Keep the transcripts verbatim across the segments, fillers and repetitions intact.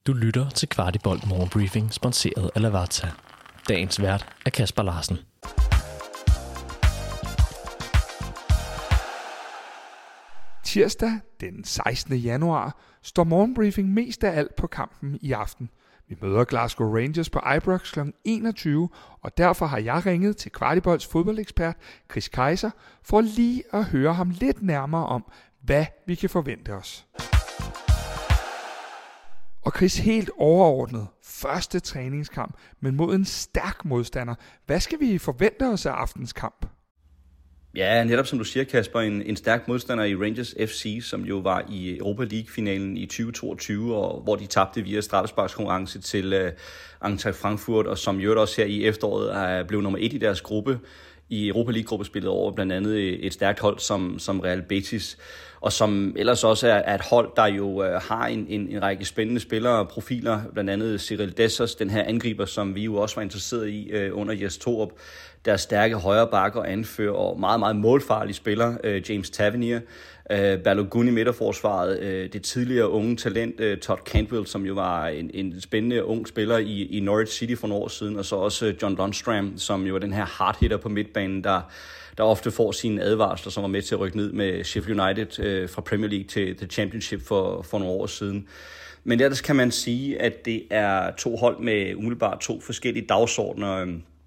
Du lytter til Kvartibolt Morgenbriefing, sponsoreret af Lavazza. Dagens vært er Kasper Larsen. Tirsdag den sekstende januar står morgenbriefing mest af alt på kampen i aften. Vi møder Glasgow Rangers på Ibrox klokken enogtyve, og derfor har jeg ringet til Kvartibolts fodboldekspert Chris Kejser for lige at høre ham lidt nærmere om, hvad vi kan forvente os. Og Chris, helt overordnet, første træningskamp, men mod en stærk modstander. Hvad skal vi forvente os af aftens kamp? Ja, netop som du siger, Kasper, en, en stærk modstander i Rangers F C, som jo var i Europa League-finalen i tyve toogtyve, og hvor de tabte via straffesparkskonkurrence til uh, Eintracht Frankfurt, og som jo også her i efteråret er blevet nummer et i deres gruppe, i Europa League-gruppespillet over blandt andet et stærkt hold som, som Real Betis, og som ellers også er, er et hold, der jo øh, har en, en, en række spændende spillere og profiler, blandt andet Cyril Dessers, den her angriber, som vi jo også var interesseret i øh, under Jes Torup, der stærke højre bakker og anfører, og meget, meget målfarlige spiller, øh, James Tavernier, øh, Balogun i midterforsvaret, øh, det tidligere unge talent, øh, Todd Cantwell, som jo var en, en spændende ung spiller i, i Norwich City for nogle år siden, og så også John Lundstram, som jo er den her hardhitter på midtbanen, der der ofte får sine advarsler, som var med til at rykke ned med Sheffield United øh, fra Premier League til The Championship for, for nogle år siden. Men ellers kan man sige, at det er to hold med umiddelbart to forskellige dagsordner.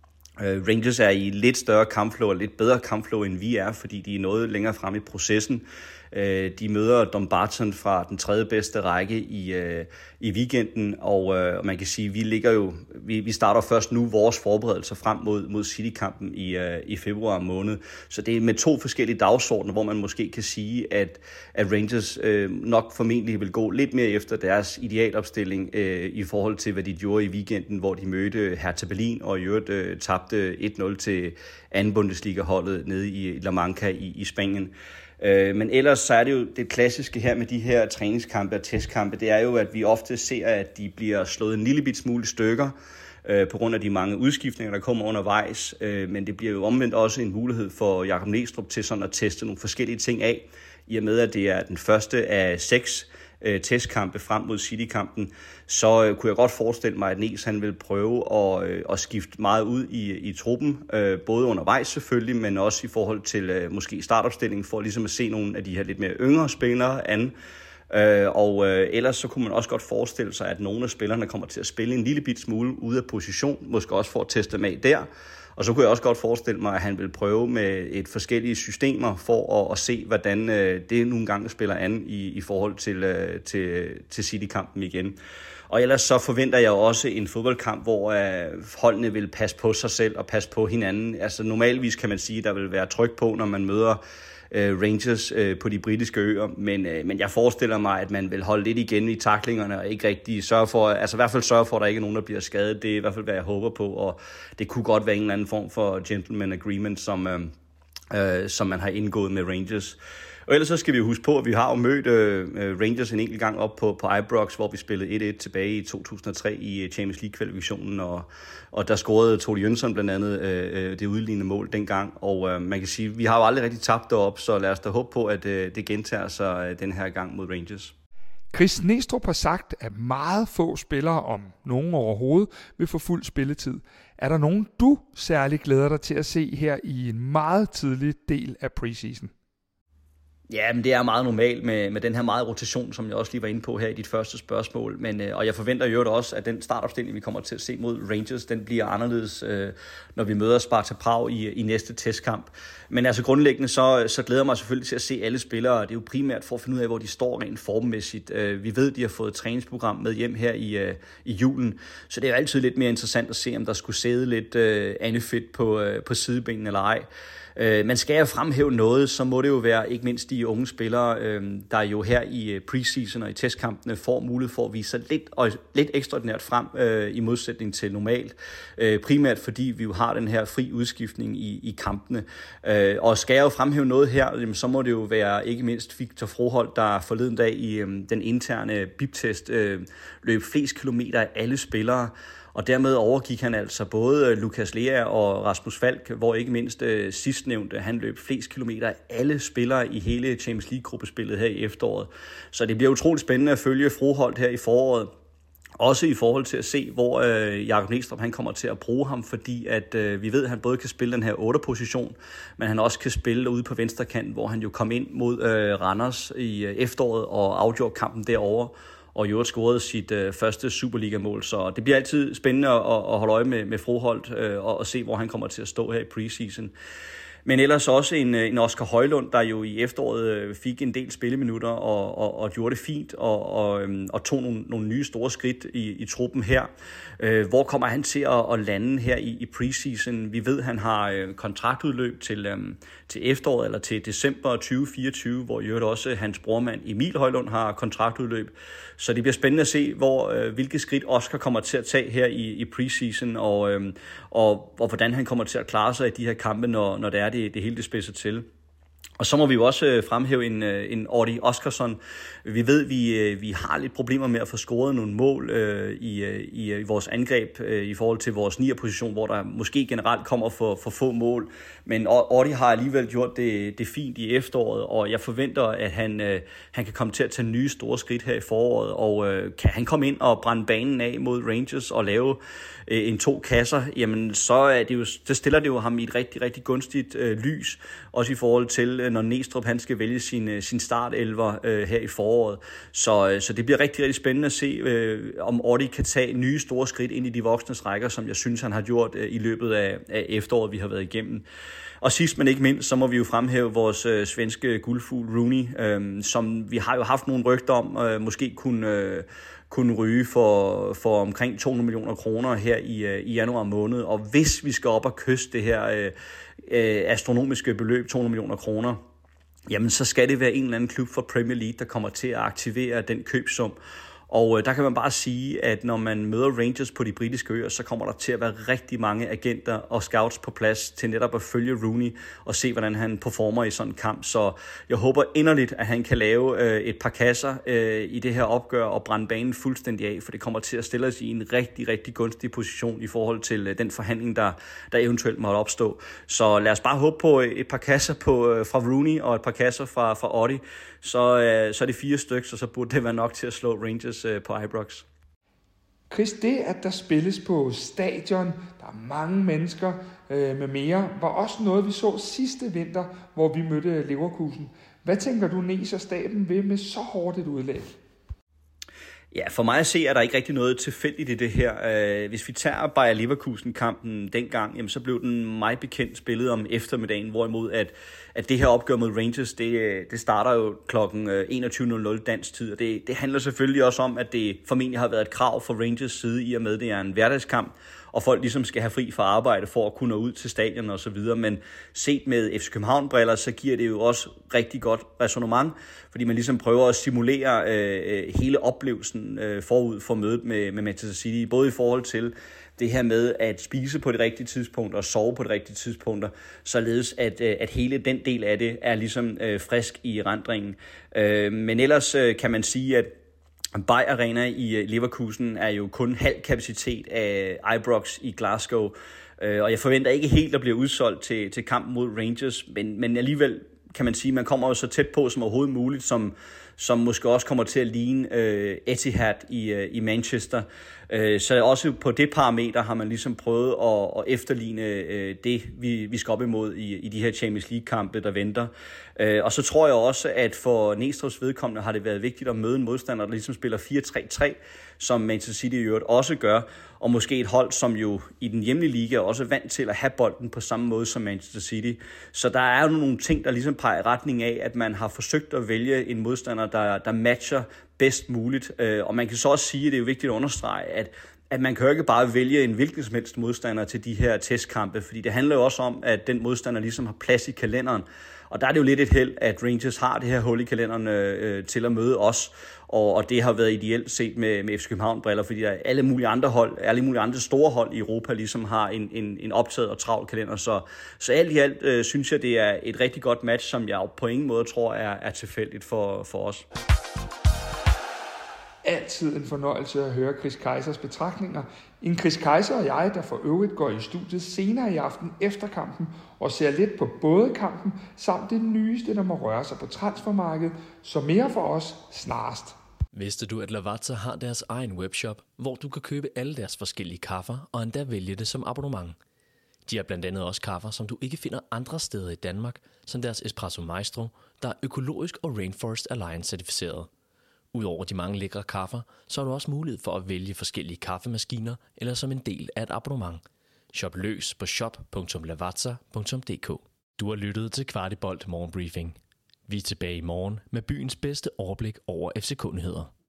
Øh, Rangers er i lidt større kampflow og lidt bedre kampflow, end vi er, fordi de er noget længere frem i processen. Øh, de møder Dumbarton fra den tredje bedste række i, øh, i weekenden, og øh, man kan sige, at vi ligger jo, vi, vi starter først nu vores forberedelser frem mod, mod City-kampen i, øh, i februar måned. Så det er med to forskellige dagsordner, hvor man måske kan sige, at, at Rangers øh, nok formentlig vil gå lidt mere efter deres idealopstilling øh, i forhold til, hvad de gjorde i weekenden, hvor de mødte Hertha Berlin og i øvrigt øh, tabte et nul til anden Bundesliga-holdet nede i La Manga i, i Spanien. Men ellers så er det jo det klassiske her med de her træningskampe og testkampe, det er jo, at vi ofte ser, at de bliver slået en lille bit smule stykker øh, på grund af de mange udskiftninger, der kommer undervejs. Øh, men det bliver jo omvendt også en mulighed for Jakob Næstrup til sådan at teste nogle forskellige ting af, i og med, at det er den første af seks øh, testkampe frem mod City-kampen, så øh, kunne jeg godt forestille mig, at Næs han vil prøve at, øh, at skifte meget ud i, i truppen, øh, både undervejs selvfølgelig, men også i forhold til øh, måske startopstillingen, for ligesom at se nogle af de her lidt mere yngre spillere an. Øh, og øh, ellers så kunne man også godt forestille sig, at nogle af spillerne kommer til at spille en lille bit smule ude af position, måske også for at teste dem af der. Og så kunne jeg også godt forestille mig, at han vil prøve med et forskellige systemer for at, at se, hvordan øh, det nogle gange spiller an i, i forhold til, øh, til, til City-kampen igen. Og ellers så forventer jeg også en fodboldkamp, hvor øh, holdene vil passe på sig selv og passe på hinanden. Altså normalvis kan man sige, at der vil være tryk på, når man møder øh, Rangers øh, på de britiske øer. Men, øh, men jeg forestiller mig, at man vil holde lidt igen i taklingerne og ikke rigtig sørge for, altså i hvert fald sørge for, at der ikke er nogen, der bliver skadet. Det er i hvert fald, hvad jeg håber på. Og det kunne godt være en eller anden form for gentleman agreement, som, øh, øh, som man har indgået med Rangers. Og ellers så skal vi jo huske på, at vi har jo mødt øh, Rangers en enkelt gang op på, på Ibrox, hvor vi spillede et et tilbage i to tusind og tre i Champions League-kvalifikationen, og, og der scorede Tore Jönsson blandt andet øh, det udlignende mål dengang, og øh, man kan sige, at vi har jo aldrig rigtig tabt derop, så lad os da håbe på, at øh, det gentager sig øh, den her gang mod Rangers. Chris Næstrup har sagt, at meget få spillere, om nogen overhovedet, vil få fuld spilletid. Er der nogen, du særligt glæder dig til at se her i en meget tidlig del af preseason? Ja, men det er meget normalt med, med den her meget rotation, som jeg også lige var inde på her i dit første spørgsmål. Men, øh, og jeg forventer jo også, at den startopstilling, vi kommer til at se mod Rangers, den bliver anderledes, øh, når vi møder Sparta Prag i, i næste testkamp. Men altså grundlæggende, så, så glæder jeg mig selvfølgelig til at se alle spillere. Det er jo primært for at finde ud af, hvor de står rent formmæssigt. Øh, vi ved, de har fået et træningsprogram med hjem her i, øh, i julen. Så det er jo altid lidt mere interessant at se, om der skulle sidde lidt øh, andefedt på, øh, på sidebenene eller ej. Øh, man skal jo fremhæve noget, så må det jo være ikke mindst de unge spillere, øh, der jo her i preseason og i testkampene får mulighed for at vise sig lidt, og lidt ekstraordinært frem øh, i modsætning til normalt. Øh, primært fordi vi jo har den her fri udskiftning i, i kampene. Øh, og skal jeg jo fremhæve noget her, jamen, så må det jo være ikke mindst Victor Froholt, der forleden dag i øh, den interne B I P-test øh, løb flest kilometer af alle spillere. Og dermed overgik han altså både Lukas Lea og Rasmus Falk, hvor ikke mindst øh, sidstnævnte, han løb flest kilometer af alle spillere i hele Champions League-gruppespillet her i efteråret. Så det bliver utroligt spændende at følge Froholt her i foråret. Også i forhold til at se, hvor øh, Jakob Næstrup han kommer til at bruge ham, fordi at øh, vi ved, at han både kan spille den her otter-position, men han også kan spille ude på venstre kant, hvor han jo kom ind mod øh, Randers i øh, efteråret og afgjorde kampen derovre, og i øvrigt scorede sit øh, første Superliga-mål. Så det bliver altid spændende at, at holde øje med, med Froholt øh, og at se, hvor han kommer til at stå her i preseason. Men ellers også en, en Oscar Højlund, der jo i efteråret fik en del spilleminutter og, og, og gjorde det fint og, og, og tog nogle, nogle nye store skridt i, i truppen her. Hvor kommer han til at, at lande her i, i preseason? Vi ved, at han har kontraktudløb til, til efteråret eller til december tyve fireogtyve, hvor i øvrigt også hans brormand Emil Højlund har kontraktudløb. Så det bliver spændende at se, hvor, hvilke skridt Oscar kommer til at tage her i, i preseason, og, og, og hvordan han kommer til at klare sig i de her kampe, når, når det er det, det hele det spidser til. Og så må vi jo også fremhæve en, en Audi Oskarsson. Vi ved, at vi, vi har lidt problemer med at få scoret nogle mål øh, i, i, i vores angreb øh, i forhold til vores nier-position, hvor der måske generelt kommer for, for få mål. Men Audi har alligevel gjort det, det fint i efteråret, og jeg forventer, at han, øh, han kan komme til at tage nye store skridt her i foråret. Og øh, kan han komme ind og brænde banen af mod Rangers og lave øh, en to kasser, jamen så er det jo, det stiller det jo ham i et rigtig, rigtig gunstigt øh, lys, også i forhold til når Næstrup han skal vælge sin, sin startelver øh, her i foråret. Så, så det bliver rigtig, rigtig spændende at se, øh, om Audi kan tage nye store skridt ind i de voksnes rækker, som jeg synes, han har gjort øh, i løbet af, af efteråret, vi har været igennem. Og sidst men ikke mindst, så må vi jo fremhæve vores øh, svenske guldfugl Rooney, øh, som vi har jo haft nogle rygter om, øh, måske kunne... Øh, kunne ryge for, for omkring to hundrede millioner kroner her i, i januar måned. Og hvis vi skal op og kysse det her øh, øh, astronomiske beløb, to hundrede millioner kroner, jamen så skal det være en eller anden klub fra Premier League, der kommer til at aktivere den købsum. Og øh, der kan man bare sige, at når man møder Rangers på de britiske øer, så kommer der til at være rigtig mange agenter og scouts på plads til netop at følge Rooney og se, hvordan han performer i sådan en kamp. Så jeg håber inderligt, at han kan lave øh, et par kasser øh, i det her opgør og brænde banen fuldstændig af, for det kommer til at stille os i en rigtig, rigtig gunstig position i forhold til øh, den forhandling, der, der eventuelt måtte opstå. Så lad os bare håbe på et par kasser på, øh, fra Rooney og et par kasser fra, fra Audi, så, øh, så er det fire stykker, så så burde det være nok til at slå Rangers på Ibrox. Chris, det at der spilles på stadion, der er mange mennesker øh, med mere, var også noget vi så sidste vinter, hvor vi mødte Leverkusen. Hvad tænker du, Nes og staben vil med så hårdt et udlæg? Ja, for mig at se, er der ikke rigtig noget tilfældigt i det her. Hvis vi tager Bayer Leverkusen-kampen dengang, jamen, så blev den meget bekendt spillet om eftermiddagen, hvorimod at, at det her opgør mod Rangers, det, det starter jo klokken enogtyve nul nul dansk tid, og det, det handler selvfølgelig også om, at det formentlig har været et krav fra Rangers side i og med, det er en hverdagskamp, og folk ligesom skal have fri fra arbejde for at kunne nå ud til stadion og så videre. Men set med F C København-briller, så giver det jo også rigtig godt ræsonnement, fordi man ligesom prøver at simulere øh, hele oplevelsen øh, forud for mødet med, med Manchester City, både i forhold til det her med at spise på det rigtige tidspunkt og sove på det rigtige tidspunkter, således at, at hele den del af det er ligesom øh, frisk i rendringen. Øh, men ellers øh, kan man sige, at Bayer Arena i Leverkusen er jo kun halv kapacitet af Ibrox i Glasgow, og jeg forventer ikke helt at blive udsolgt til, til kampen mod Rangers, men, men alligevel kan man sige, at man kommer jo så tæt på som overhovedet muligt, som, som måske også kommer til at ligne uh, Etihad i, uh, i Manchester. Uh, så også på det parameter har man ligesom prøvet at, at efterligne uh, det, vi, vi skal op imod i, i de her Champions League-kampe, der venter. Uh, og så tror jeg også, at for Næstrup's vedkommende har det været vigtigt at møde en modstander, der ligesom spiller fire tre tre, som Manchester City i øvrigt også gør, og måske et hold, som jo i den hjemlige liga er også vant til at have bolden på samme måde som Manchester City. Så der er jo nogle ting, der ligesom peger i retning af, at man har forsøgt at vælge en modstander, der, der matcher bedst muligt. Og man kan så også sige, at det er jo vigtigt at understrege, at at man kan jo ikke bare vælge en hvilken som helst modstander til de her testkampe, fordi det handler jo også om, at den modstander ligesom har plads i kalenderen. Og der er det jo lidt et held, at Rangers har det her hul i kalenderen øh, til at møde os, og, og det har været ideelt set med, med F C København-briller, fordi der alle mulige andre hold, alle mulige andre store hold i Europa ligesom har en, en, en optaget og travl kalender. Så, så alt i alt øh, synes jeg, det er et rigtig godt match, som jeg på ingen måde tror er, er tilfældigt for, for os. Altid en fornøjelse at høre Chris Keisers betragtninger. En Chris Keiser og jeg, der for øvrigt går i studiet senere i aften efter kampen og ser lidt på både kampen samt det nyeste, der må røre sig på transfermarkedet. Så mere for os snarest. Vidste du, at Lavazza har deres egen webshop, hvor du kan købe alle deres forskellige kaffer og endda vælge det som abonnement? De har blandt andet også kaffer, som du ikke finder andre steder i Danmark, som deres Espresso Maestro, der er økologisk og Rainforest Alliance certificeret. Udover de mange lækre kaffer, så har du også mulighed for at vælge forskellige kaffemaskiner eller som en del af et abonnement. Shop løs på shop punktum lavazza punktum d k. Du har lyttet til Kvartibolt Morgenbriefing. Vi er tilbage i morgen med byens bedste overblik over F C K-nyheder.